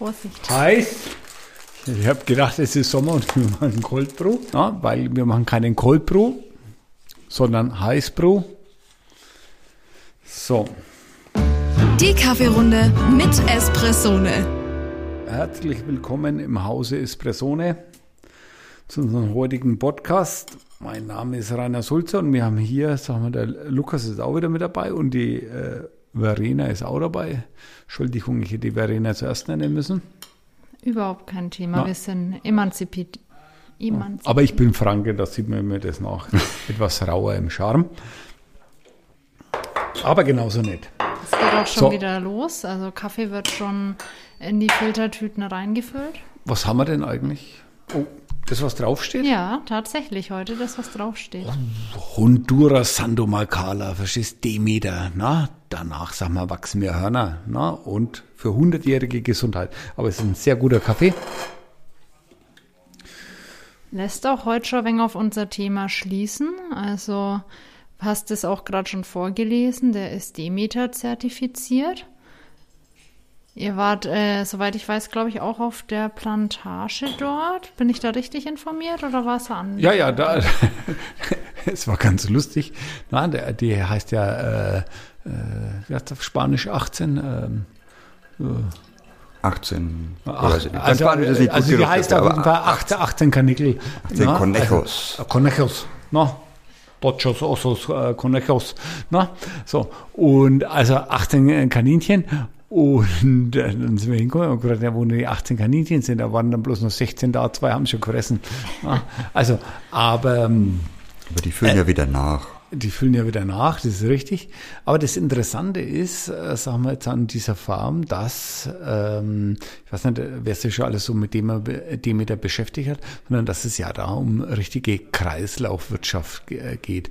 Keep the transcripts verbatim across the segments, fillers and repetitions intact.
Vorsicht. Heiß. Ich habe gedacht, es ist Sommer und wir machen Cold Brew, ja, weil wir machen keinen Cold Brew, sondern Heiß Brew. So. Die Kaffeerunde mit Espressone. Herzlich willkommen im Hause Espressone zu unserem heutigen Podcast. Mein Name ist Rainer Sulzer und wir haben hier, sagen wir, der Lukas ist auch wieder mit dabei und die äh, Verena ist auch dabei. Entschuldigung, ich hätte die Verena zuerst nennen müssen. Überhaupt kein Thema, Na. wir sind emanzipiert. Emanzipiert. Aber ich bin Franke, da sieht man mir das nach. Etwas rauer im Charme. Aber genauso nicht. Es geht auch schon So. wieder los, also Kaffee wird schon in die Filtertüten reingefüllt. Was haben wir denn eigentlich? Oh, das, was draufsteht? Ja, tatsächlich, heute das, was draufsteht. Honduras Sandomalcala, verstehst, Demeter, na, danach, sag mal, wachsen mir Hörner, na, und für hundertjährige Gesundheit. Aber es ist ein sehr guter Kaffee. Lässt auch heute schon ein wenig auf unser Thema schließen, also hast es auch gerade schon vorgelesen, der ist Demeter zertifiziert. Ihr wart, äh, soweit ich weiß, glaube ich, auch auf der Plantage dort. Bin ich da richtig informiert oder war es an? Ja, ja, da, es war ganz lustig. Na, der, die heißt ja, äh, äh, wie heißt das auf Spanisch, achtzehn, ähm, äh, achtzehn. Ach, Oder so. also, Spanisch ist nicht also gut die genug heißt dafür, auf jeden Fall aber achtzehn, achtzehn Kanickel. achtzehn Na, Conejos. Also, Conejos, na, Dochos, Osos, äh, Conejos, na, so. Und also achtzehn Kaninchen. Und äh, dann sind wir hingekommen und gesagt, ja, wo nur die achtzehn Kaninchen sind, da waren dann bloß noch sechzehn da, zwei haben schon gefressen. Ja, also, aber ähm, Aber die füllen Äh, ja wieder nach. die füllen ja wieder nach, das ist richtig. Aber das Interessante ist, äh, sagen wir jetzt an dieser Farm, dass, ähm, ich weiß nicht, wer sich schon alles so mit dem Demeter beschäftigt hat, sondern dass es ja da um richtige Kreislaufwirtschaft ge- geht.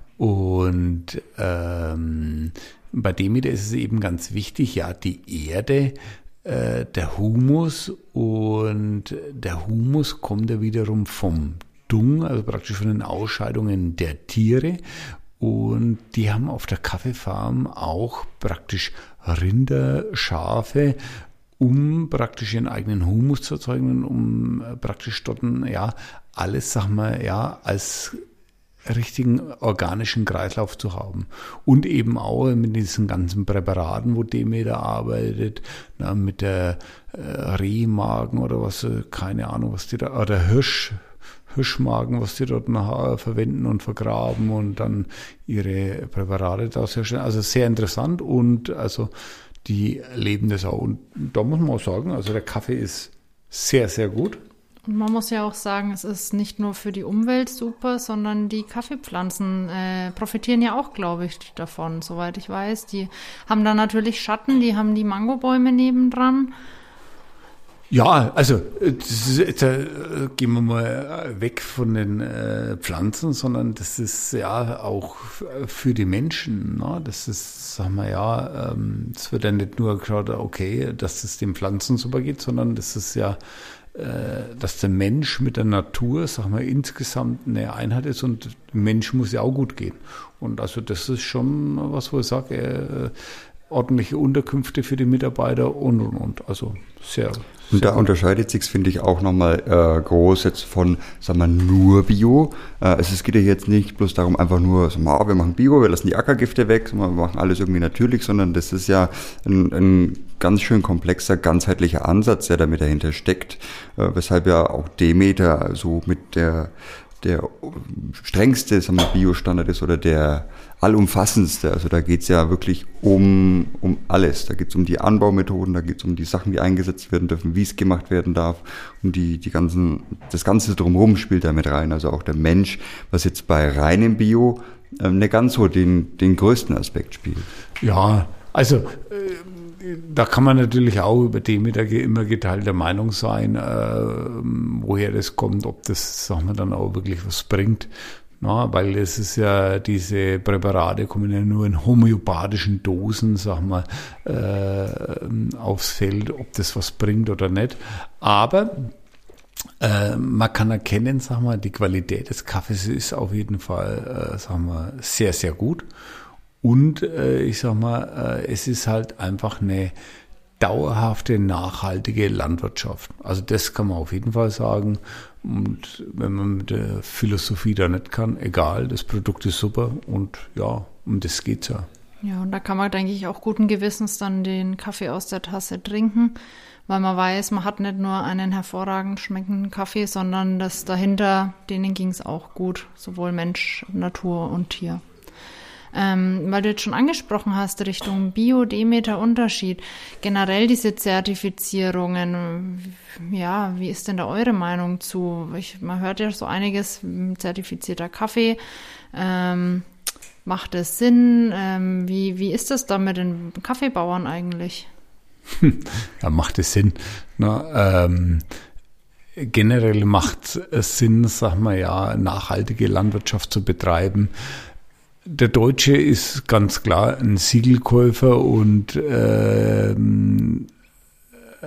Und ähm, bei Demeter ist es eben ganz wichtig, ja, die Erde, äh, der Humus, und der Humus kommt ja wiederum vom Dung, also praktisch von den Ausscheidungen der Tiere. Und die haben auf der Kaffeefarm auch praktisch Rinder, Schafe, um praktisch ihren eigenen Humus zu erzeugen, um äh, praktisch dort, ja, alles, sagen wir, ja, als richtigen organischen Kreislauf zu haben. Und eben auch mit diesen ganzen Präparaten, wo Demeter arbeitet, na, mit der äh, Rehmagen oder was, äh, keine Ahnung, was die da, oder Hirsch, Hirschmagen, was die dort nachher verwenden und vergraben und dann ihre Präparate daraus herstellen. Also sehr interessant und also die leben das auch. Und da muss man auch sagen, also der Kaffee ist sehr, sehr gut. Und man muss ja auch sagen, es ist nicht nur für die Umwelt super, sondern die Kaffeepflanzen äh, profitieren ja auch, glaube ich, davon, soweit ich weiß. Die haben da natürlich Schatten, die haben die Mangobäume nebendran. Ja, also das ist, da gehen wir mal weg von den äh, Pflanzen, sondern das ist ja auch für die Menschen. Ne? Das ist, sagen wir ja, ähm, es wird ja nicht nur gerade okay, dass es den Pflanzen super geht, sondern das ist ja, äh, dass der Mensch mit der Natur, sagen wir, insgesamt eine Einheit ist und dem Mensch muss ja auch gut gehen. Und also das ist schon was, wo ich sage, äh, ordentliche Unterkünfte für die Mitarbeiter und und und. Also sehr. Und da unterscheidet sich, finde ich, auch nochmal äh, groß jetzt von, sagen wir, nur Bio. Äh, es, es geht ja jetzt nicht bloß darum, einfach nur, sagen wir, oh, wir machen Bio, wir lassen die Ackergifte weg, wir machen alles irgendwie natürlich, sondern das ist ja ein, ein ganz schön komplexer, ganzheitlicher Ansatz, der damit dahinter steckt, äh, weshalb ja auch Demeter so mit der der strengste, sagen wir, Bio-Standard ist oder der allumfassendste. Also da geht es ja wirklich um, um alles. Da geht es um die Anbaumethoden, da geht es um die Sachen, die eingesetzt werden dürfen, wie es gemacht werden darf. Und die, die ganzen, das Ganze drumherum spielt da mit rein. Also auch der Mensch, was jetzt bei reinem Bio ähm, nicht ganz so den, den größten Aspekt spielt. Ja, also äh, da kann man natürlich auch über Demeter immer geteilter Meinung sein, äh, woher das kommt, ob das, sagen wir, dann auch wirklich was bringt. Na, weil es ist ja, diese Präparate kommen ja nur in homöopathischen Dosen, sagen wir, äh, aufs Feld, ob das was bringt oder nicht. Aber äh, man kann erkennen, sagen wir, die Qualität des Kaffees ist auf jeden Fall, äh, sagen wir, sehr, sehr gut. Und äh, ich sag mal, äh, es ist halt einfach eine dauerhafte, nachhaltige Landwirtschaft. Also das kann man auf jeden Fall sagen. Und wenn man mit der Philosophie da nicht kann, egal, das Produkt ist super und ja, um das geht's ja. Ja, und da kann man, denke ich, auch guten Gewissens dann den Kaffee aus der Tasse trinken, weil man weiß, man hat nicht nur einen hervorragend schmeckenden Kaffee, sondern das dahinter, denen ging es auch gut, sowohl Mensch, Natur und Tier. Ähm, weil du jetzt schon angesprochen hast, Richtung Bio-Demeter-Unterschied, generell diese Zertifizierungen, ja, wie ist denn da eure Meinung zu? Ich, man hört ja so einiges, zertifizierter Kaffee, ähm, macht es Sinn? Ähm, wie, wie ist das da mit den Kaffeebauern eigentlich? Ja, macht es Sinn. Na, ähm, generell macht es Sinn, sag mal ja, nachhaltige Landwirtschaft zu betreiben. Der Deutsche ist ganz klar ein Siegelkäufer und ähm, äh,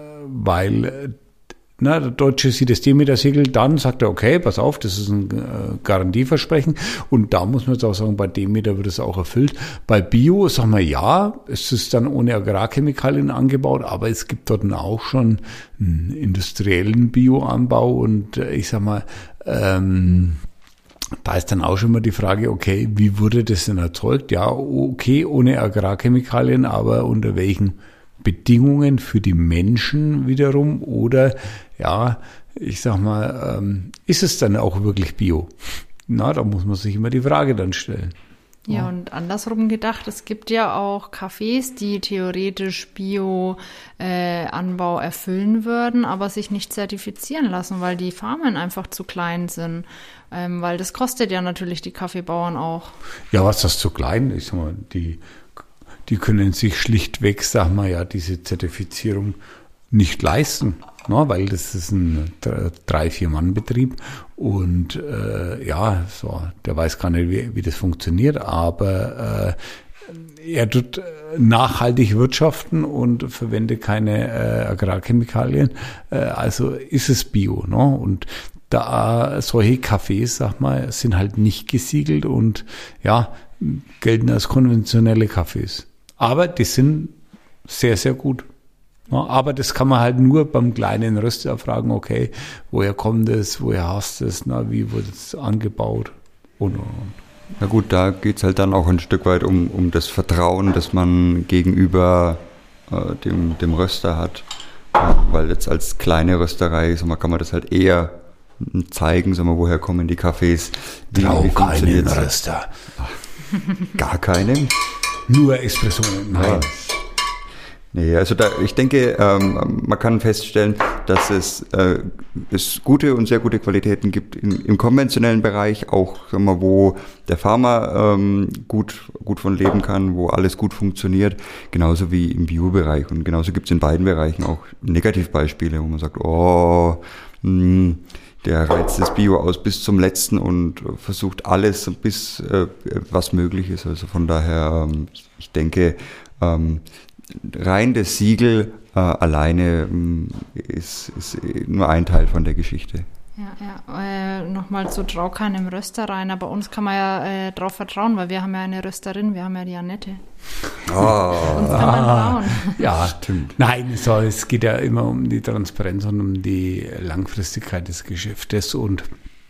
weil na, der Deutsche sieht das Demeter-Siegel, dann sagt er, okay, pass auf, das ist ein äh, Garantieversprechen. Und da muss man jetzt auch sagen, bei Demeter wird es auch erfüllt. Bei Bio sagen wir ja, es ist dann ohne Agrarchemikalien angebaut, aber es gibt dort auch schon einen industriellen Bioanbau und äh, ich sag mal, ähm, da ist dann auch schon mal die Frage, okay, wie wurde das denn erzeugt? Ja, okay, ohne Agrarchemikalien, aber unter welchen Bedingungen für die Menschen wiederum? Oder, ja, ich sag mal, ähm, ist es dann auch wirklich Bio? Na, da muss man sich immer die Frage dann stellen. Ja, ja, und andersrum gedacht, es gibt ja auch Cafés, die theoretisch Bio-Anbau äh, erfüllen würden, aber sich nicht zertifizieren lassen, weil die Farmen einfach zu klein sind. Ähm, weil das kostet ja natürlich die Kaffeebauern auch. Ja, was das zu klein ist, sag mal, die, die können sich schlichtweg, sag mal ja, diese Zertifizierung nicht leisten. Na, weil das ist ein drei-, vier-Mann-Betrieb und äh, ja, so, der weiß gar nicht, wie, wie das funktioniert, aber äh, er tut nachhaltig wirtschaften und verwendet keine äh, Agrarchemikalien, äh, also ist es Bio. Ne? Und da solche Cafés, sag mal, sind halt nicht gesiegelt und ja, gelten als konventionelle Cafés. Aber die sind sehr, sehr gut. Ja, aber das kann man halt nur beim kleinen Röster fragen, okay, woher kommt es, woher hast du es, na, wie wurde es angebaut und, und, und. Na gut, da geht es halt dann auch ein Stück weit um, um das Vertrauen, das man gegenüber äh, dem, dem Röster hat. Ja, weil jetzt als kleine Rösterei, sag mal, kann man das halt eher zeigen, sag mal, woher kommen die Kaffees. Wie, Trau wie keinen Röster. Ach, gar keinen? Nur Espresso, nein. Ja. Nee, also da, ich denke, ähm, man kann feststellen, dass es, äh, es gute und sehr gute Qualitäten gibt im, im konventionellen Bereich, auch sagen wir, wo der Farmer ähm, gut, gut von leben kann, wo alles gut funktioniert, genauso wie im Bio-Bereich. Und genauso gibt es in beiden Bereichen auch Negativbeispiele, wo man sagt, oh, mh, der reizt das Bio aus bis zum Letzten und versucht alles, bis äh, was möglich ist. Also von daher, ähm, ich denke, ähm, rein das Siegel äh, alleine ähm, ist, ist nur ein Teil von der Geschichte. Ja, ja. Äh, nochmal zu Trau keinem Röster rein. Aber uns kann man ja äh, drauf vertrauen, weil wir haben ja eine Rösterin, wir haben ja die Annette. Oh. Uns kann man trauen. Ja, stimmt. Nein, so, es geht ja immer um die Transparenz und um die Langfristigkeit des Geschäftes und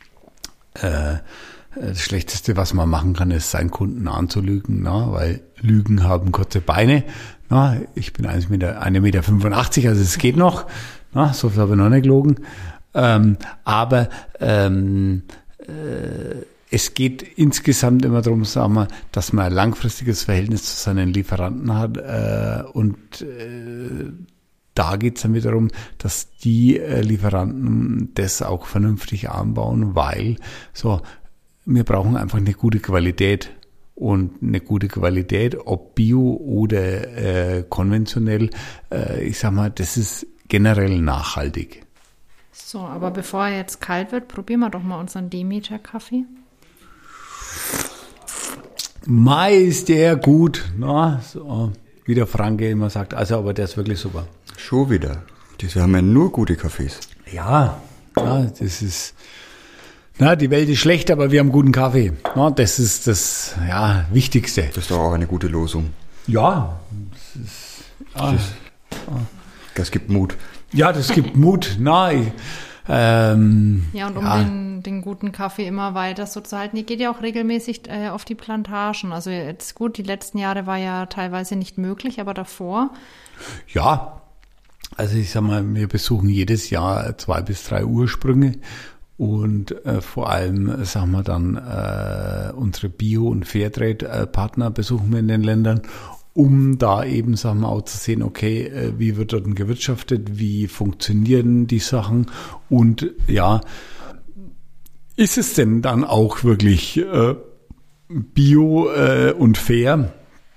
äh, das Schlechteste, was man machen kann, ist, seinen Kunden anzulügen, na, weil Lügen haben kurze Beine. Na, ich bin eins Meter, ein Meter fünfundachtzig, also es geht noch. Na, so viel habe ich noch nicht gelogen. Ähm, aber ähm, äh, es geht insgesamt immer darum, sagen wir, dass man ein langfristiges Verhältnis zu seinen Lieferanten hat. Äh, und äh, da geht es dann wieder darum, dass die äh, Lieferanten das auch vernünftig anbauen, weil so wir brauchen einfach eine gute Qualität. Und eine gute Qualität, ob bio oder äh, konventionell, äh, ich sag mal, das ist generell nachhaltig. So, aber bevor er jetzt kalt wird, probieren wir doch mal unseren Demeter-Kaffee. Mai ist der gut, na, so, wie der Franke immer sagt. Also, aber der ist wirklich super. Schon wieder. Wir haben ja nur gute Kaffees. Ja, ja, das ist... Na, die Welt ist schlecht, aber wir haben guten Kaffee. Na, das ist das ja, Wichtigste. Das ist doch auch eine gute Losung. Ja. Das ist, ja. Das gibt Mut. Ja, das gibt Mut. Nein. Ähm, ja, und um ja. den, den guten Kaffee immer weiter so zu halten, ihr geht ja auch regelmäßig äh, auf die Plantagen. Also jetzt gut, die letzten Jahre war ja teilweise nicht möglich, aber davor. Ja, also ich sag mal, wir besuchen jedes Jahr zwei bis drei Ursprünge und äh, vor allem, sagen wir dann, äh, unsere Bio- und Fairtrade-Partner besuchen wir in den Ländern, um da eben, sagen wir, auch zu sehen, okay, äh, wie wird dort gewirtschaftet, wie funktionieren die Sachen und ja, ist es denn dann auch wirklich äh, bio äh, und fair?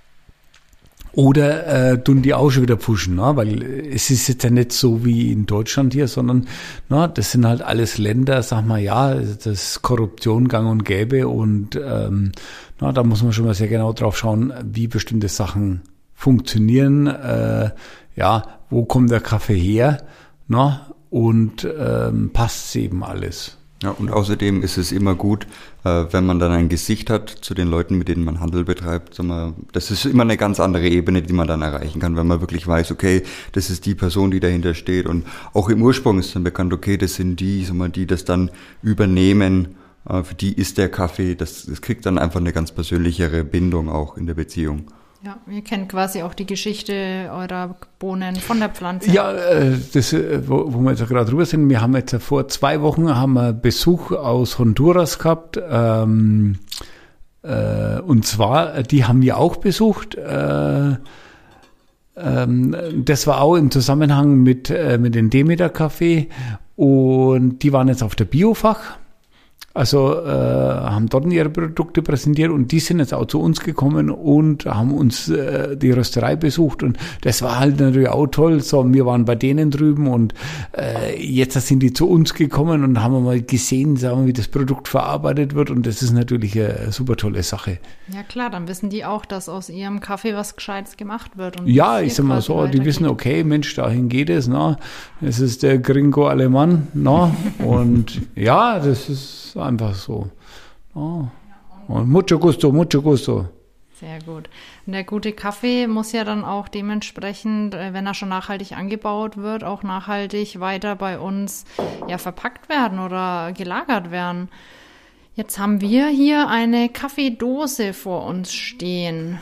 Oder äh, tun die auch schon wieder pushen, ne? Weil es ist jetzt ja nicht so wie in Deutschland hier, sondern na, das sind halt alles Länder, sag mal, ja, das ist Korruption gang und gäbe und ähm, na, da muss man schon mal sehr genau drauf schauen, wie bestimmte Sachen funktionieren, äh, ja, wo kommt der Kaffee her, na? Und ähm, passt eben alles. Ja, und außerdem ist es immer gut, äh, wenn man dann ein Gesicht hat zu den Leuten, mit denen man Handel betreibt. Sag mal, das ist immer eine ganz andere Ebene, die man dann erreichen kann, wenn man wirklich weiß, okay, das ist die Person, die dahinter steht. Und auch im Ursprung ist dann bekannt, okay, das sind die, sag mal, die das dann übernehmen. Äh, für die ist der Kaffee, das, das kriegt dann einfach eine ganz persönlichere Bindung auch in der Beziehung. Ja, ihr kennt quasi auch die Geschichte eurer Bohnen von der Pflanze. Ja, das, wo, wo wir jetzt gerade drüber sind, wir haben jetzt vor zwei Wochen haben wir Besuch aus Honduras gehabt, ähm, äh, und zwar, die haben wir auch besucht, äh, ähm, das war auch im Zusammenhang mit, äh, mit dem Demeter-Kaffee und die waren jetzt auf der Biofach. Also äh, haben dort ihre Produkte präsentiert und die sind jetzt auch zu uns gekommen und haben uns äh, die Rösterei besucht und das war halt natürlich auch toll. So, wir waren bei denen drüben und äh, jetzt sind die zu uns gekommen und haben mal gesehen, sagen wir, wie das Produkt verarbeitet wird und das ist natürlich eine super tolle Sache. Ja klar, dann wissen die auch, dass aus ihrem Kaffee was Gescheites gemacht wird. Und ja, ich sag mal so, die wissen, okay, Mensch, dahin geht es, na, es ist der Gringo Alemann, na, und ja, das ist einfach so. Oh. Und mucho gusto, mucho gusto. Sehr gut. Und der gute Kaffee muss ja dann auch dementsprechend, wenn er schon nachhaltig angebaut wird, auch nachhaltig weiter bei uns ja verpackt werden oder gelagert werden. Jetzt haben wir hier eine Kaffeedose vor uns stehen.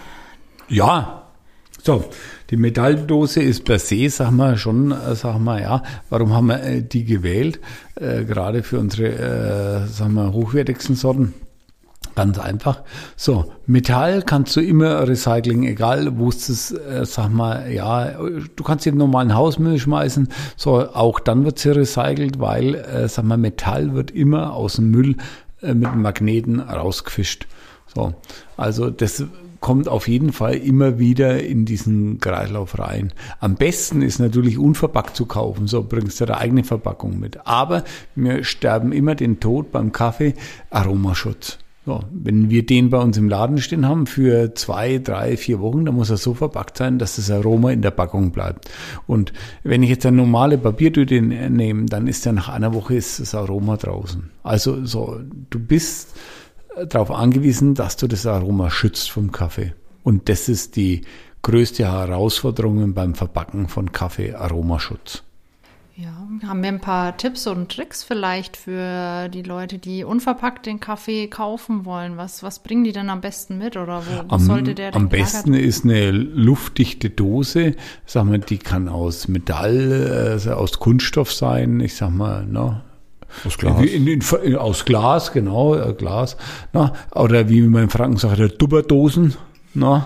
Ja, so, die Metalldose ist per se, sag mal, schon, sag mal, ja, warum haben wir äh, die gewählt? Äh, gerade für unsere, äh, sag mal, hochwertigsten Sorten. Ganz einfach. So, Metall kannst du immer recyceln, egal wo es das, äh, sag mal, ja, du kannst den normalen Hausmüll schmeißen, so, auch dann wird sie recycelt, weil, äh, sag mal, Metall wird immer aus dem Müll äh, mit Magneten rausgefischt. So, also das kommt auf jeden Fall immer wieder in diesen Kreislauf rein. Am besten ist natürlich unverpackt zu kaufen, so bringst du deine eigene Verpackung mit. Aber wir sterben immer den Tod beim Kaffee, Aromaschutz. So, wenn wir den bei uns im Laden stehen haben für zwei, drei, vier Wochen, dann muss er so verpackt sein, dass das Aroma in der Packung bleibt. Und wenn ich jetzt eine normale Papiertüte nehme, dann ist ja nach einer Woche ist das Aroma draußen. Also so, du bist darauf angewiesen, dass du das Aroma schützt vom Kaffee. Und das ist die größte Herausforderung beim Verpacken von Kaffee, Aromaschutz. Ja, haben wir ein paar Tipps und Tricks vielleicht für die Leute, die unverpackt den Kaffee kaufen wollen? Was, was bringen die denn am besten mit oder wo, wo am, sollte der denn Am besten gelagert? ist eine luftdichte Dose, sag mal, die kann aus Metall, also aus Kunststoff sein, ich sag mal, ne? Aus Glas. In, in, in, aus Glas, genau, äh, Glas. Na, oder wie man in Franken sagt, der Dubberdosen. Na,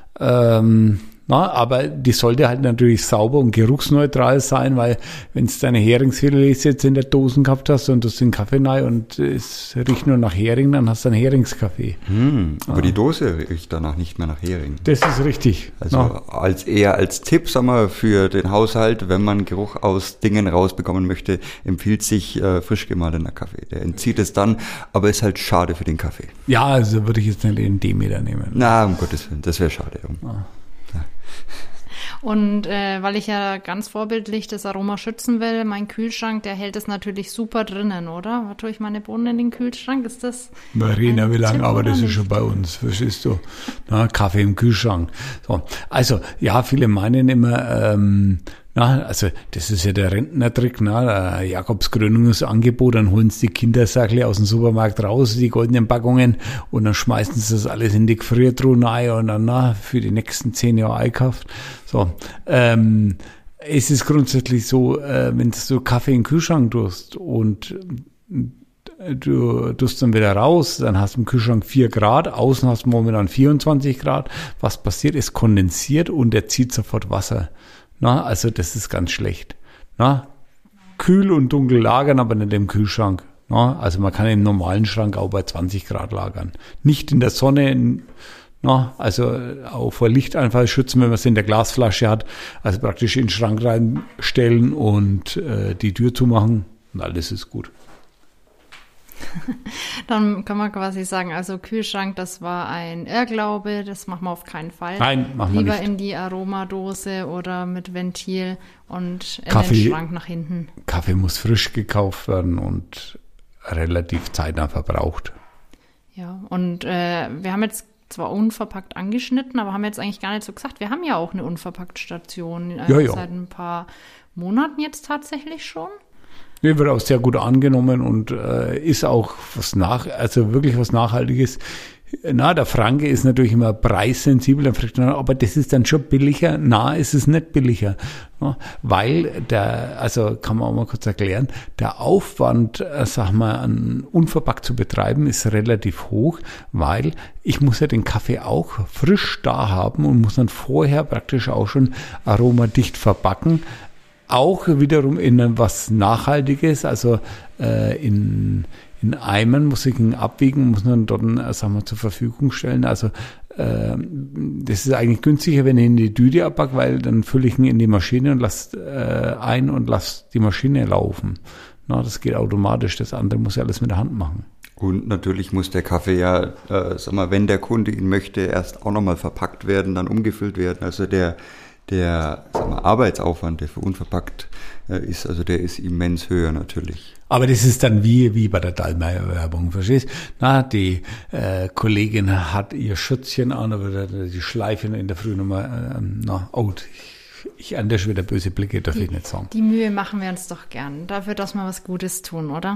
ähm, na, aber die sollte halt natürlich sauber und geruchsneutral sein, weil wenn du deine Heringsfilet jetzt in der Dose gehabt hast und du hast den Kaffee rein und es riecht nur nach Hering, dann hast du einen Heringskaffee. Hm, aber ja. Die Dose riecht danach nicht mehr nach Hering. Das ist richtig. Also na. als eher als Tipp, sagen wir, für den Haushalt, wenn man Geruch aus Dingen rausbekommen möchte, empfiehlt sich äh, frisch gemahlener Kaffee. Der entzieht es dann, aber ist halt schade für den Kaffee. Ja, also würde ich jetzt nicht den Demeter nehmen. Na, um Gottes Willen, das wäre schade. Ja. Und äh, weil ich ja ganz vorbildlich das Aroma schützen will, mein Kühlschrank, der hält es natürlich super drinnen, oder? Was tue ich meine Bohnen in den Kühlschrank? Ist das Marina, wie lange Tipp aber das oder ist schon nicht? bei uns, verstehst du? Na, Kaffee im Kühlschrank. So, also, ja, viele meinen immer, ähm, Na, also das ist ja der Rentnertrick, na, Jakobskrönungsangebot, dann holen sie die Kindersäckle aus dem Supermarkt raus, die goldenen Packungen, und dann schmeißen sie das alles in die Gefriertruhe rein und dann na, für die nächsten zehn Jahre einkauft. So, ähm, es ist grundsätzlich so, äh, wenn du Kaffee in den Kühlschrank tust und du tust dann wieder raus, dann hast du im Kühlschrank vier Grad, außen hast du momentan vierundzwanzig Grad. Was passiert? Es kondensiert und er zieht sofort Wasser. Na, also das ist ganz schlecht. Na, kühl und dunkel lagern, aber nicht im Kühlschrank. Na, also man kann im normalen Schrank auch bei zwanzig Grad lagern. Nicht in der Sonne, na, also auch vor Lichteinfall schützen, wenn man es in der Glasflasche hat. Also praktisch in den Schrank reinstellen und äh, die Tür zumachen und alles ist gut. Dann kann man quasi sagen, also Kühlschrank, das war ein Irrglaube, das machen wir auf keinen Fall. Nein, machen wir Lieber nicht. in die Aromadose oder mit Ventil und in Kaffee, den Schrank nach hinten. Kaffee muss frisch gekauft werden und relativ zeitnah verbraucht. Ja, und äh, wir haben jetzt zwar unverpackt angeschnitten, aber haben jetzt eigentlich gar nicht so gesagt, wir haben ja auch eine Unverpackt-Station äh, Ja, ja. seit ein paar Monaten jetzt tatsächlich schon. Nee, wird auch sehr gut angenommen und äh, ist auch was nach, also wirklich was Nachhaltiges. Na, der Franke ist natürlich immer preissensibel, dann fragt man, aber das ist dann schon billiger. Na, ist es nicht billiger. Ja, weil der, also kann man auch mal kurz erklären, der Aufwand, äh, sag mal, an unverpackt zu betreiben, ist relativ hoch, weil ich muss ja den Kaffee auch frisch da haben und muss dann vorher praktisch auch schon aromadicht verpacken. Auch wiederum in was Nachhaltiges, also äh, in, in Eimern muss ich ihn abwiegen, muss man dort, äh, sagen wir, zur Verfügung stellen. Also äh, das ist eigentlich günstiger, wenn ich in die Tüte abpacke, weil dann fülle ich ihn in die Maschine und lasse äh, ein und lasse die Maschine laufen. Na, das geht automatisch, das andere muss ich alles mit der Hand machen. Und natürlich muss der Kaffee ja, äh, sag mal, wenn der Kunde ihn möchte, erst auch nochmal verpackt werden, dann umgefüllt werden. Also der Der sagen wir, Arbeitsaufwand, der für unverpackt äh, ist, also der ist immens höher natürlich. Aber das ist dann wie, wie bei der Dallmayr-Werbung, verstehst? Na, die äh, Kollegin hat ihr Schürzchen an, aber die Schleife in der Früh nochmal, äh, na, oh, ich, ich ernte schon wieder böse Blicke, darf die, ich nicht sagen. Die Mühe machen wir uns doch gern, dafür, dass wir was Gutes tun, oder?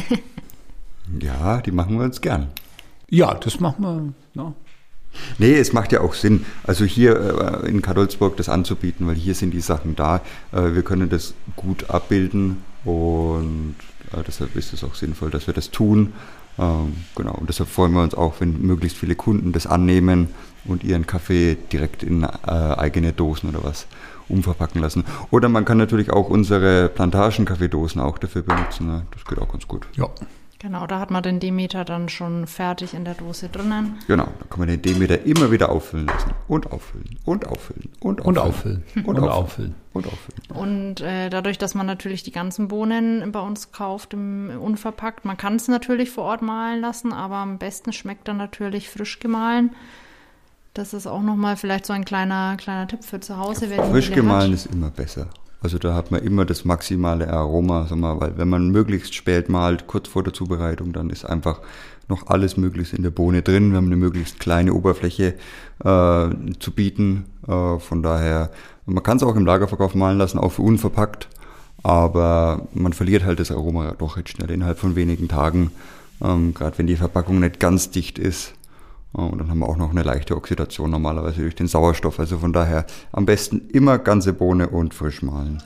Ja, die machen wir uns gern. Ja, das machen wir, na. Nee, es macht ja auch Sinn, also hier äh, in Cadolzburg das anzubieten, weil hier sind die Sachen da. Äh, wir können das gut abbilden und äh, deshalb ist es auch sinnvoll, dass wir das tun. Ähm, genau, und deshalb freuen wir uns auch, wenn möglichst viele Kunden das annehmen und ihren Kaffee direkt in äh, eigene Dosen oder was umverpacken lassen. Oder man kann natürlich auch unsere Plantagen-Kaffeedosen auch dafür benutzen. Ne? Das geht auch ganz gut. Ja. Genau, da hat man den Demeter dann schon fertig in der Dose drinnen. Genau, da kann man den Demeter immer wieder auffüllen lassen. Und auffüllen, und auffüllen, und auffüllen. Und auffüllen. Und auffüllen. Und auffüllen. Und äh, dadurch, dass man natürlich die ganzen Bohnen bei uns kauft, im unverpackt, man kann es natürlich vor Ort mahlen lassen, aber am besten schmeckt dann natürlich frisch gemahlen. Das ist auch nochmal vielleicht so ein kleiner, kleiner Tipp für zu Hause. Wer Frisch gemahlen ist immer besser. Also da hat man immer das maximale Aroma, sag mal, weil wenn man möglichst spät mahlt, kurz vor der Zubereitung, dann ist einfach noch alles möglichst in der Bohne drin. Wir haben eine möglichst kleine Oberfläche äh, zu bieten. Äh, von daher, man kann es auch im Lagerverkauf mahlen lassen, auch für unverpackt, aber man verliert halt das Aroma doch recht schnell innerhalb von wenigen Tagen, ähm, gerade wenn die Verpackung nicht ganz dicht ist. Und dann haben wir auch noch eine leichte Oxidation normalerweise durch den Sauerstoff. Also von daher am besten immer ganze Bohne und frisch mahlen.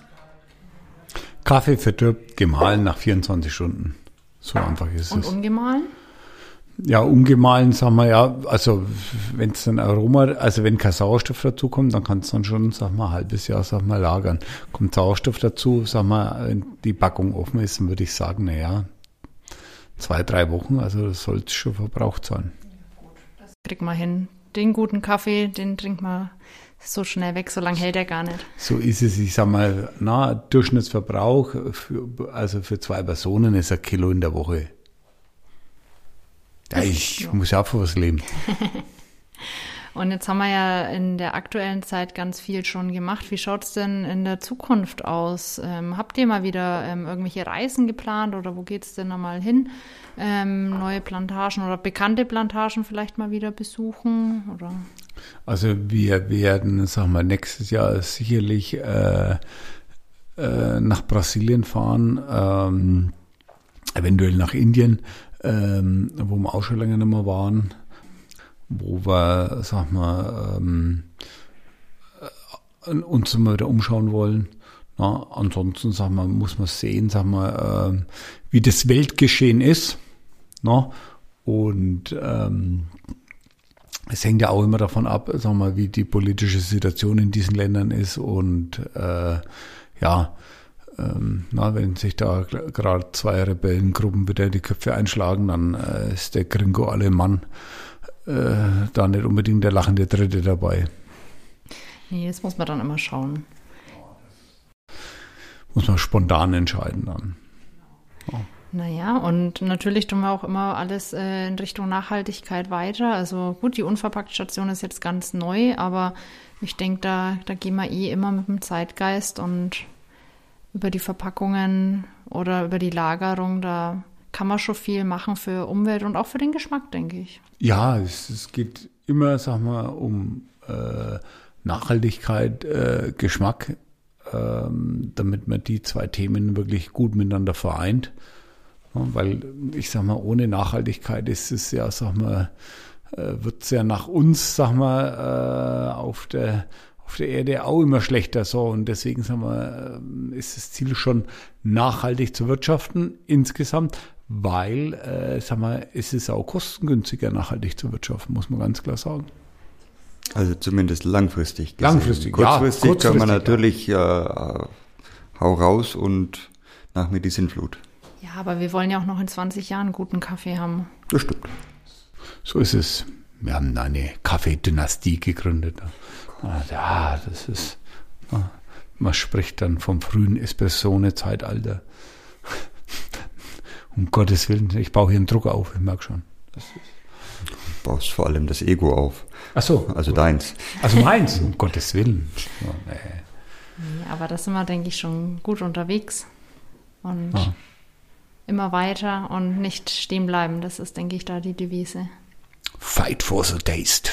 Kaffee verdirbt gemahlen nach vierundzwanzig Stunden. So einfach ist Und es. Und ungemahlen? Ja, ungemahlen, sagen wir ja, also wenn es dann Aroma, also wenn kein Sauerstoff dazu kommt, dann kann es dann schon, sag mal, ein halbes Jahr, sag mal, lagern. Kommt Sauerstoff dazu, sag mal, wenn die Packung offen ist, dann würde ich sagen, naja, zwei, drei Wochen, also das sollte schon verbraucht sein. Krieg mal hin. Den guten Kaffee, den trinkt man so schnell weg, so lange hält er gar nicht. So ist es, ich sag mal, na, Durchschnittsverbrauch, für, also für zwei Personen ist ein Kilo in der Woche. Ja, ich ja. muss ja auch für was leben. Und jetzt haben wir ja in der aktuellen Zeit ganz viel schon gemacht. Wie schaut es denn in der Zukunft aus? Ähm, habt ihr mal wieder ähm, irgendwelche Reisen geplant oder wo geht es denn nochmal hin? Ähm, neue Plantagen oder bekannte Plantagen vielleicht mal wieder besuchen? Oder? Also wir werden, sagen wir, nächstes Jahr sicherlich äh, äh, nach Brasilien fahren, ähm, eventuell nach Indien, ähm, wo wir auch schon länger nicht mehr waren, wo wir, sag mal, ähm, uns immer wieder umschauen wollen. Na, ansonsten, sag mal, muss man sehen, sag mal, ähm, wie das Weltgeschehen ist. Na, und ähm, es hängt ja auch immer davon ab, sag mal, wie die politische Situation in diesen Ländern ist. Und äh, ja, ähm, na, wenn sich da gerade zwei Rebellengruppen wieder die Köpfe einschlagen, dann äh, ist der Gringo Alemann äh, da nicht unbedingt der lachende Dritte dabei. Nee, das muss man dann immer schauen. Muss man spontan entscheiden dann. Ja. Naja, und natürlich tun wir auch immer alles äh, in Richtung Nachhaltigkeit weiter. Also gut, die Unverpackt-Station ist jetzt ganz neu, aber ich denke, da, da gehen wir eh immer mit dem Zeitgeist und über die Verpackungen oder über die Lagerung, da kann man schon viel machen für Umwelt und auch für den Geschmack, denke ich. Ja, es, es geht immer, sag mal, um äh, Nachhaltigkeit, äh, Geschmack, ähm, damit man die zwei Themen wirklich gut miteinander vereint. Ja, weil ich sag mal, ohne Nachhaltigkeit ist es ja, sag mal, äh, wird es ja nach uns, sag mal, äh, auf der auf der Erde auch immer schlechter so. Und deswegen, sag mal, äh, ist das Ziel schon, nachhaltig zu wirtschaften insgesamt, weil, äh, sag mal, es ist auch kostengünstiger, nachhaltig zu wirtschaften, muss man ganz klar sagen. Also zumindest langfristig gesehen. Langfristig, kurzfristig, ja, kurzfristig kann man ja. natürlich äh, hau raus und nach mir die Sintflut. Ja, aber wir wollen ja auch noch in zwanzig Jahren guten Kaffee haben. Das stimmt. So ist es. Wir haben eine Kaffeedynastie gegründet. Ja, das ist, man spricht dann vom frühen Espressone-Zeitalter. Um Gottes Willen, ich baue hier einen Druck auf, ich merke schon. Das ist Du baust vor allem das Ego auf. Ach so. Also deins. Also meins, um Gottes Willen. Ja, nee. Ja, aber da sind wir, denke ich, schon gut unterwegs. Und Ja. immer weiter und nicht stehen bleiben. Das ist, denke ich, da die Devise. Fight for the taste.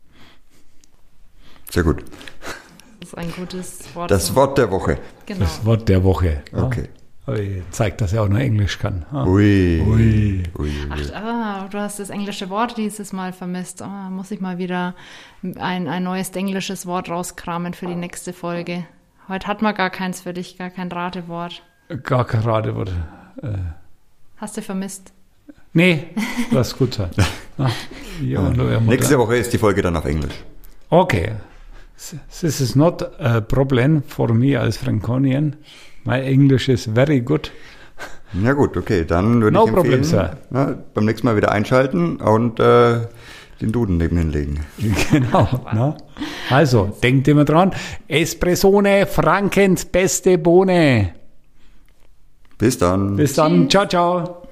Sehr gut. Das ist ein gutes Wort. Das Wort der Woche. Genau. Das Wort der Woche. Ja. Okay. Aber zeigt, dass er auch noch Englisch kann. Ja. Ui. Ui. Ui. Ach, ah, du hast das englische Wort dieses Mal vermisst. Ah, muss ich mal wieder ein, ein neues englisches Wort rauskramen für die nächste Folge. Heute hat man gar keins für dich, gar kein Ratewort. Gar gerade wurde. Äh, Hast du vermisst? nee, lass gut sein. Ah, ja, nur Nächste Woche ist die Folge dann auf Englisch. Okay. This is not a problem for me als Franconian. My English is very good. Ja gut, okay, dann würde No ich empfehlen, problem, Sir. na, beim nächsten Mal wieder einschalten und äh, den Duden nebenhin legen. Genau. Na? Also, denkt immer dran. Espressone, Frankens beste Bohne. Bis dann. Bis dann. Ciao, ciao.